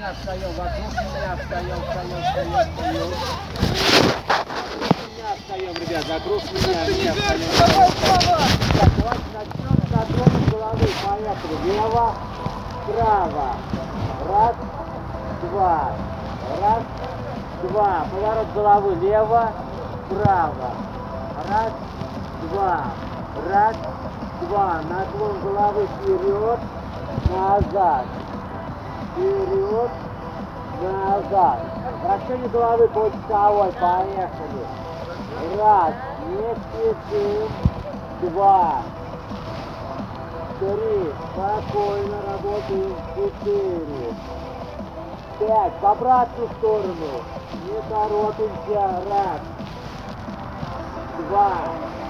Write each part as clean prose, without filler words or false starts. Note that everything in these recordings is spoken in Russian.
меня встаем, вокруг меня встаем. Встаем, ребят, вокруг меня встаем. Так, давайте начнем с наклона головы. Поехали. Лево, право. Раз, два. Раз, два. Поворот головы. Лево, право. Раз, два. Раз, два. Наклон головы вперед, назад. Вперед, назад. Вращение головы по часовой. Поехали. Раз, не спешим. Два, три, спокойно работаем. Четыре, пять, в обратную сторону. Не торопимся. Раз, два,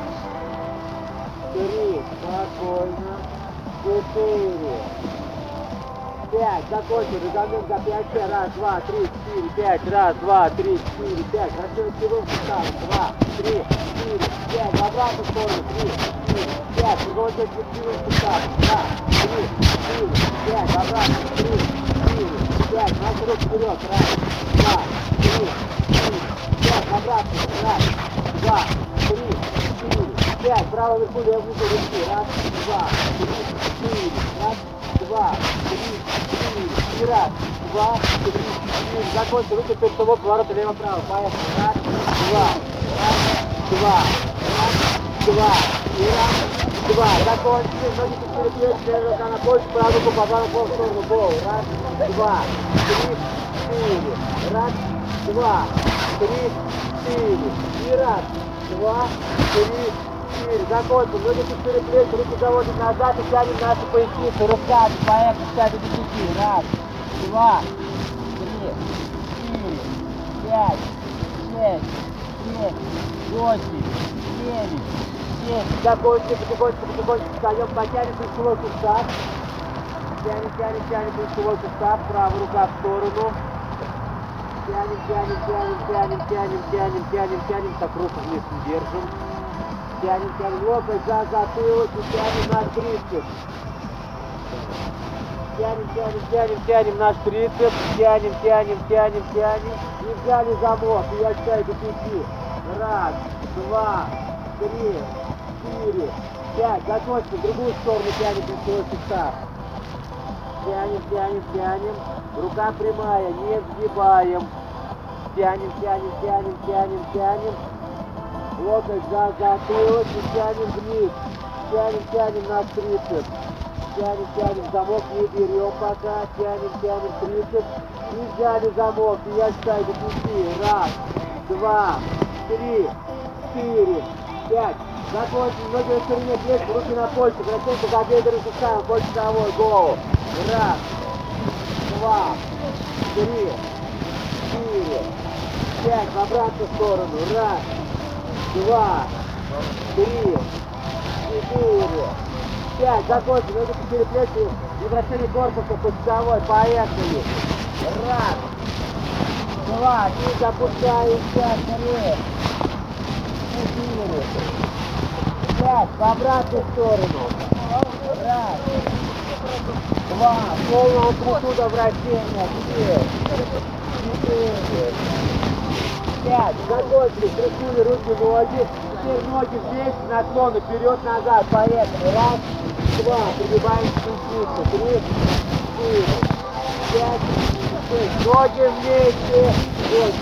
три, спокойно. Четыре, пять, закончили, разомнем за 5, раз, два, три, 4, 5, раз, два, три, 4, 5, вращение всего встали, 2, 3, 4, 5, в обратную сторону, 3, 4, 5, пригласим всего встали, 2, 3, 4, 5, в обратную, 3, 4, 5, наши руки вперед, раз, два, 3, 4, 5, в обратную, раз, два, 3, 4, 5, право вверху, левую внизу, руки, раз, два, 3, 4, раз, два, 3, 4, раз, два, 3, 4, закончил, руки перед собой, поворот лево-право, поехали, раз, два, и раз, два, закончили, ноги перед плечи, левая рука на пояс, правую руку по плану в сторону, гол, раз, два, 3, 4, раз, два, 3, 4, и раз, два, 3, 4, закончим, ноги перед плечи, руки заводим назад и тянем нашу поясницу, руками, поехали, ставим до 5, раз, два, 3, 4, 5, 6, 7, 8, 9, 10, закончим, потихонечку встаем, потянем плечевой сустав, тянем плечевой сустав, правая рука в сторону, тянем, так руку вниз не держим. Тянем локоть за затылок и тянем наш трицепс. Тянем наш трицепс. Тянем. И взяли замок. И я считаю до 5. Раз, два, 3, 4, 5. Закончим. В другую сторону тянем плечевой сустав. Тянем. Рука прямая. Не сгибаем. Тянем. Локоть за затылок и тянем вниз. Тянем наш трицепс. Тянем замок, не берем пока. Тянем трицепс. И взяли замок. И я считаю до 5. Раз, два, 3, 4, 5. Закончим. Ноги на ширине плеч, руки на польше. Вращаемся за бедренным суставом. Польше головой. Голову. Раз, два, 3, 4, 5. В обратную сторону. Раз, два, 3, 4, 5. Закончим. Ноги перед плечи и вращение корпуса по часовой. Поехали. Раз, два, чуть опускаемся. 3, 4, 5. В обратную сторону. Раз, два. Полная амплитуда вращения. 4, 5. Закончили. Крутили руки, ноги. Теперь ноги здесь, наклоны вперед-назад. Поехали. Раз, два. Пригибаем спинку. 3, 4, 5, 6. Ноги вместе. 8.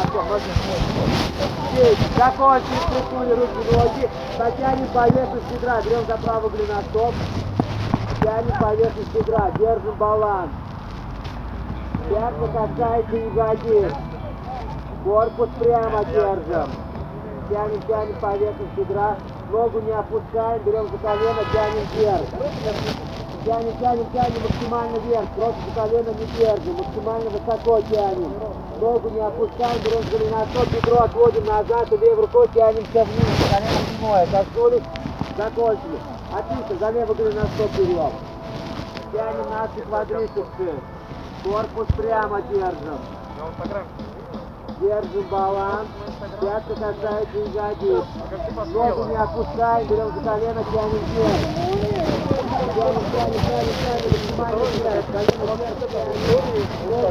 Ноги вместе. 10. Закончили. Крутили руки, ноги. Потянем поверхность бедра. Берем за правый голеностоп. Тянем поверхность бедра. Держим баланс. Пятка касается ягодиц. Корпус прямо держим. Тянем поверхность бедра. Ногу не опускаем, берем за колено, тянем вверх. Тянем максимально вверх. Просто за колено не держим. Максимально высоко тянем. Ногу не опускаем, берем за голеностоп, бедро отводим назад и левой рукой тянемся вниз. Колено прямое. Коснулись, закончили. Отлично, за левый голеностоп берем. Тянем наши квадрицепсы. Корпус прямо держим. Держим баланс. Пятка касается ягодиц. Ногу не опускаем, берем за колено, тянем вверх. Тянем, максимально вверх. Колено вверх, тянем.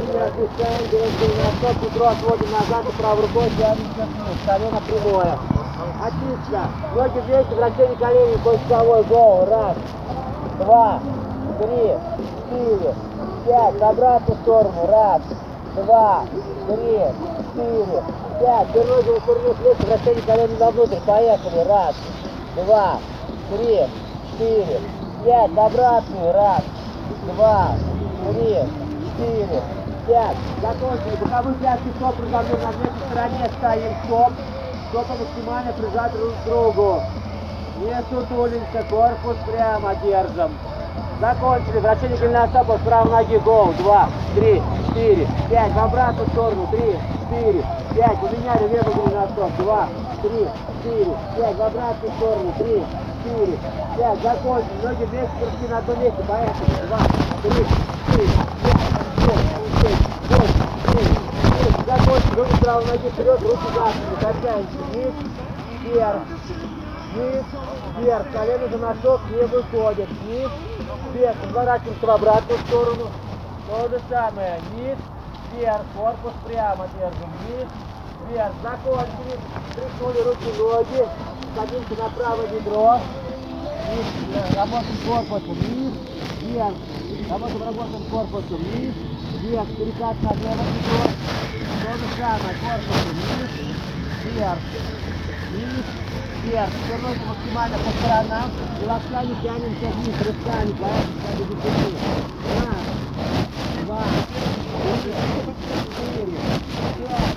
не отпускаем, берем голеностоп, бедро отводим назад и правой рукой тянемся вниз. Колено прямое. Отлично. Ноги вместе, вращение коленей по часовой. Go. Раз, два, три, четыре, пять. В обратную сторону. Раз, два, три, четыре, пять. Теперь ноги на стороне вместе, вращение коленей вовнутрь. Поехали. Раз, два, три, четыре, пять. В обратную. Раз, два, три, четыре, пять. Закончили. Боковые пятки, стоп, разомнем на вместе стороне. Стоим, стоп. Стопы максимально прижать друг к другу. Не сутулимся, корпус прямо держим. Закончили. Вращение голеностопа с правой ноги. Go. 2, 3, 4, 5. В обратную сторону. 3, 4, 5. Поменяли левый голеностоп. 2, 3, 4, 5. В обратную сторону. 3, 4, 5. Закончили. Ноги вместе, руки на одном месте. Поехали. 2, 3, 4, 5, 6, 7, 8, 9. Закончили. Руки с правой ноги вперед, руки за спину. Качаемся. Вниз, вверх. Вниз, вверх. Колено за носок не выходит. Вниз, вверх. Разворачиваемся в обратную сторону. То же самое. Вниз, вверх. Корпус прямо держим. Вниз, вверх. Закончили. Тряхнули руки, ноги. Садимся на правое бедро. Вниз. Работаем корпусом. Вниз, вверх. Работаем корпусом. Вниз, вверх. Перекат на левое бедро. То же самое. Корпусом. Вниз, вверх. Вниз, вверх. Теперь ноги максимально по сторонам. И локтями тянемся вниз. Рывками. Поехали. Раз, два, три, 4, 5,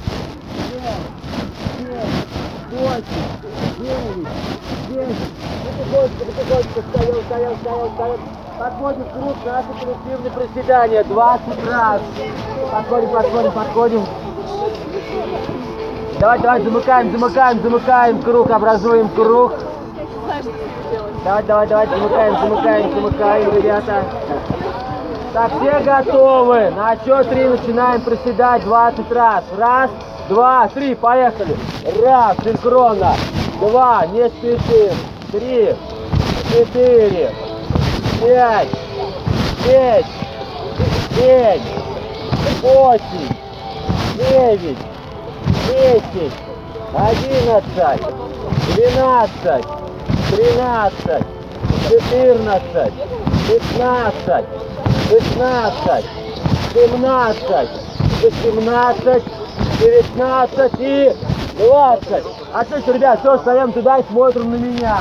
6, 7, 8, 9, 10. Потихонечку, встаем. Подходим круг, наши коллективные приседания. 20 раз. Подходим. Давай, замыкаем круг, образуем круг. Давай, замыкаем, ребята. Так, все готовы. На счет 3 начинаем приседать 20 раз. Раз, два, три, поехали. Раз, синхронно. Два, не спешим. 3, 4, 5, 6, 7, 8, 9, 10, 11, 12, 13, 14, 15, 16, 17, 18, 19 и 20. Отлично, ребят, все, встаем туда и смотрим на меня.